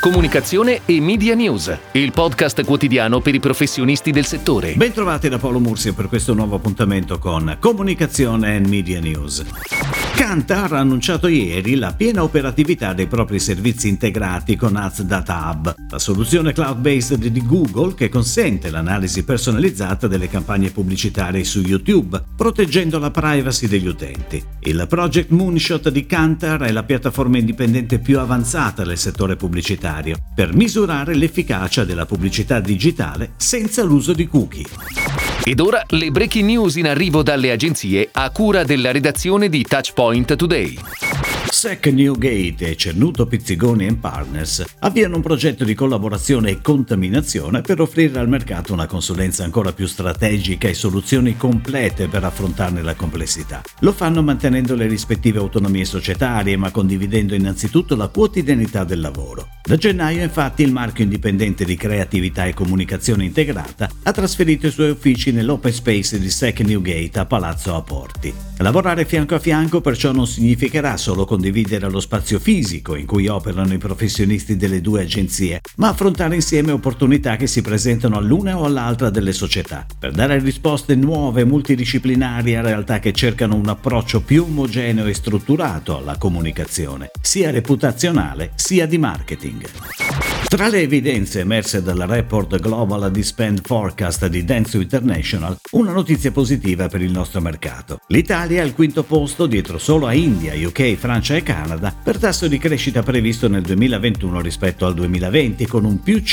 comunicazione e media news, il podcast quotidiano per i professionisti del settore. Bentrovati da Paolo Murzio per questo nuovo appuntamento con Comunicazione e Media News. Kantar ha annunciato ieri la piena operatività dei propri servizi integrati con Ads Data Hub, la soluzione cloud-based di Google che consente l'analisi personalizzata delle campagne pubblicitarie su YouTube, proteggendo la privacy degli utenti. Il Project Moonshot di Kantar è la piattaforma indipendente più avanzata del settore pubblicitario per misurare l'efficacia della pubblicità digitale senza l'uso di cookie. Ed ora le breaking news in arrivo dalle agenzie a cura della redazione di Touchpoint Today. SEC Newgate e Cernuto Pizzigoni & Partners avviano un progetto di collaborazione e contaminazione per offrire al mercato una consulenza ancora più strategica e soluzioni complete per affrontarne la complessità. Lo fanno mantenendo le rispettive autonomie societarie, ma condividendo innanzitutto la quotidianità del lavoro. Da gennaio, infatti, il marchio indipendente di creatività e comunicazione integrata ha trasferito i suoi uffici nell'open space di SEC Newgate a Palazzo Aporti. Lavorare fianco a fianco perciò non significherà solo condividere lo spazio fisico in cui operano i professionisti delle due agenzie, ma affrontare insieme opportunità che si presentano all'una o all'altra delle società, per dare risposte nuove e multidisciplinari a realtà che cercano un approccio più omogeneo e strutturato alla comunicazione, sia reputazionale sia di marketing. Tra le evidenze emerse dal report Global Ad Spend Forecast di Dentsu International, una notizia positiva per il nostro mercato. L'Italia è al quinto posto, dietro solo a India, UK, Francia e Canada, per tasso di crescita previsto nel 2021 rispetto al 2020, con un più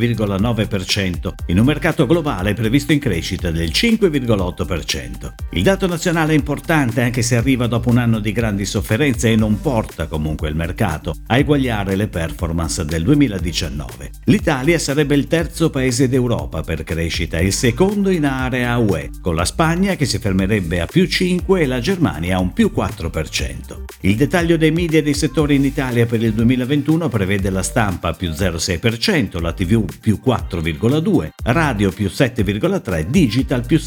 5,9%, in un mercato globale previsto in crescita del 5,8%. Il dato nazionale è importante anche se arriva dopo un anno di grandi sofferenze e non porta comunque il mercato a eguagliare le performance del 2019. L'Italia sarebbe il terzo paese d'Europa per crescita e il secondo in area UE, con la Spagna che si fermerebbe a più 5 e la Germania a un più 4%. Il dettaglio dei media e dei settori in Italia per il 2021 prevede la stampa più 0,6%, la TV più 4,2%, radio più 7,3%, digital più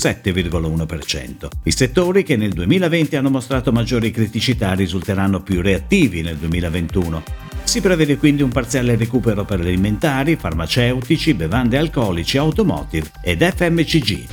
7,1%. I settori che nel 2020 hanno mostrato maggiori criticità risulteranno più reattivi nel 2021. Si prevede quindi un parziale recupero per alimentari, farmaceutici, bevande alcolici, automotive ed FMCG.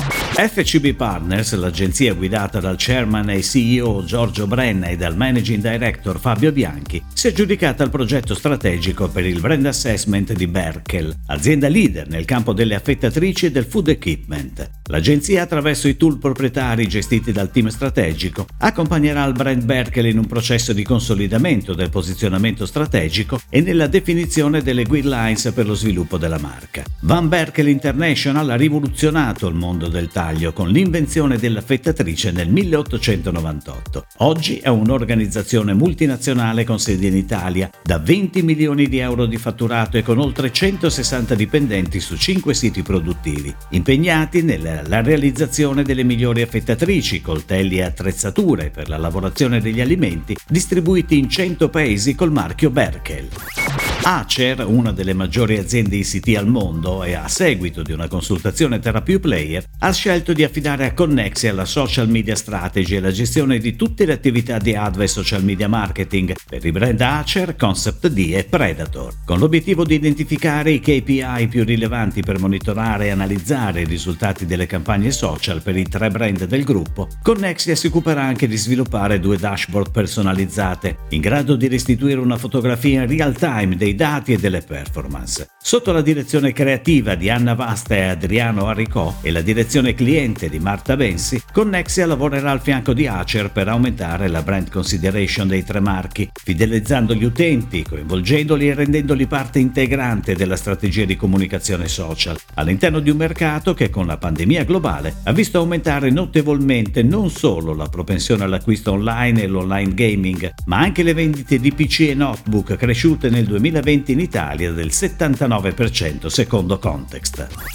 FCB Partners, l'agenzia guidata dal chairman e CEO Giorgio Brenna e dal managing director Fabio Bianchi, si è aggiudicata il progetto strategico per il brand assessment di Berkel, azienda leader nel campo delle affettatrici e del food equipment. L'agenzia, attraverso i tool proprietari gestiti dal team strategico, accompagnerà il brand Berkel in un processo di consolidamento del posizionamento strategico e nella definizione delle guidelines per lo sviluppo della marca. Van Berkel International ha rivoluzionato il mondo del taglio con l'invenzione dell'affettatrice nel 1898. Oggi è un'organizzazione multinazionale con sede in Italia, da 20 milioni di euro di fatturato e con oltre 160 dipendenti su 5 siti produttivi, impegnati nella realizzazione delle migliori affettatrici, coltelli e attrezzature per la lavorazione degli alimenti, distribuiti in 100 paesi col marchio Berkel. Acer, una delle maggiori aziende ICT al mondo e a seguito di una consultazione tra più player, ha scelto di affidare a Connexia la social media strategy e la gestione di tutte le attività di ADV e social media marketing per i brand Acer, Concept D e Predator, con l'obiettivo di identificare i KPI più rilevanti per monitorare e analizzare i risultati delle campagne social per i 3 brand del gruppo. Connexia si occuperà anche di sviluppare 2 dashboard personalizzate, in grado di restituire una fotografia in real time dei dati e delle performance. Sotto la direzione creativa di Anna Vasta e Adriano Arricò e la direzione cliente di Marta Bensi, Connexia lavorerà al fianco di Acer per aumentare la brand consideration dei 3 marchi, fidelizzando gli utenti, coinvolgendoli e rendendoli parte integrante della strategia di comunicazione social, all'interno di un mercato che con la pandemia globale ha visto aumentare notevolmente non solo la propensione all'acquisto online e l'online gaming, ma anche le vendite di PC e notebook cresciute nel 2020 in Italia del 79% secondo Context.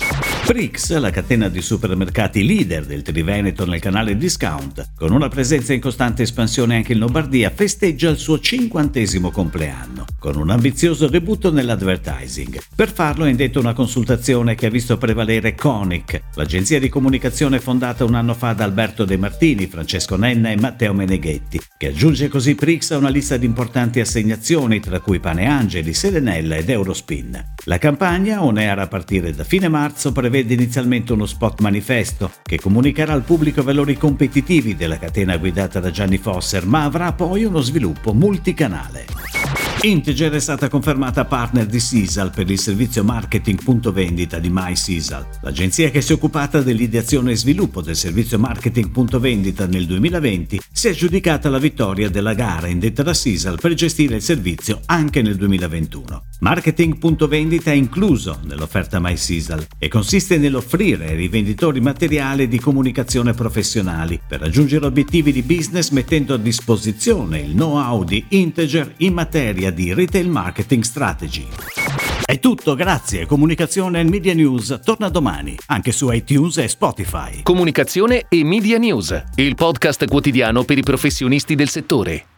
Prix, la catena di supermercati leader del Triveneto nel canale discount, con una presenza in costante espansione anche in Lombardia, festeggia il suo 50° compleanno, con un ambizioso debutto nell'advertising. Per farlo ha indetto una consultazione che ha visto prevalere Conic, l'agenzia di comunicazione fondata un anno fa da Alberto De Martini, Francesco Nenna e Matteo Meneghetti, che aggiunge così Prix a una lista di importanti assegnazioni, tra cui Pane Angeli, Serenella ed Eurospin. La campagna, on air a partire da fine marzo, prevede inizialmente uno spot manifesto che comunicherà al pubblico valori competitivi della catena guidata da Gianni Fosser, ma avrà poi uno sviluppo multicanale. Integer è stata confermata partner di Sisal per il servizio marketing punto vendita di MySisal. L'agenzia che si è occupata dell'ideazione e sviluppo del servizio marketing punto vendita nel 2020 si è aggiudicata la vittoria della gara indetta da Sisal per gestire il servizio anche nel 2021. Marketing punto vendita è incluso nell'offerta MySisal e consiste nell'offrire ai rivenditori materiali di comunicazione professionali per raggiungere obiettivi di business, mettendo a disposizione il know-how di Integer in materia di retail marketing strategy. È tutto, grazie. Comunicazione e Media News torna domani, anche su iTunes e Spotify. Comunicazione e Media News, il podcast quotidiano per i professionisti del settore.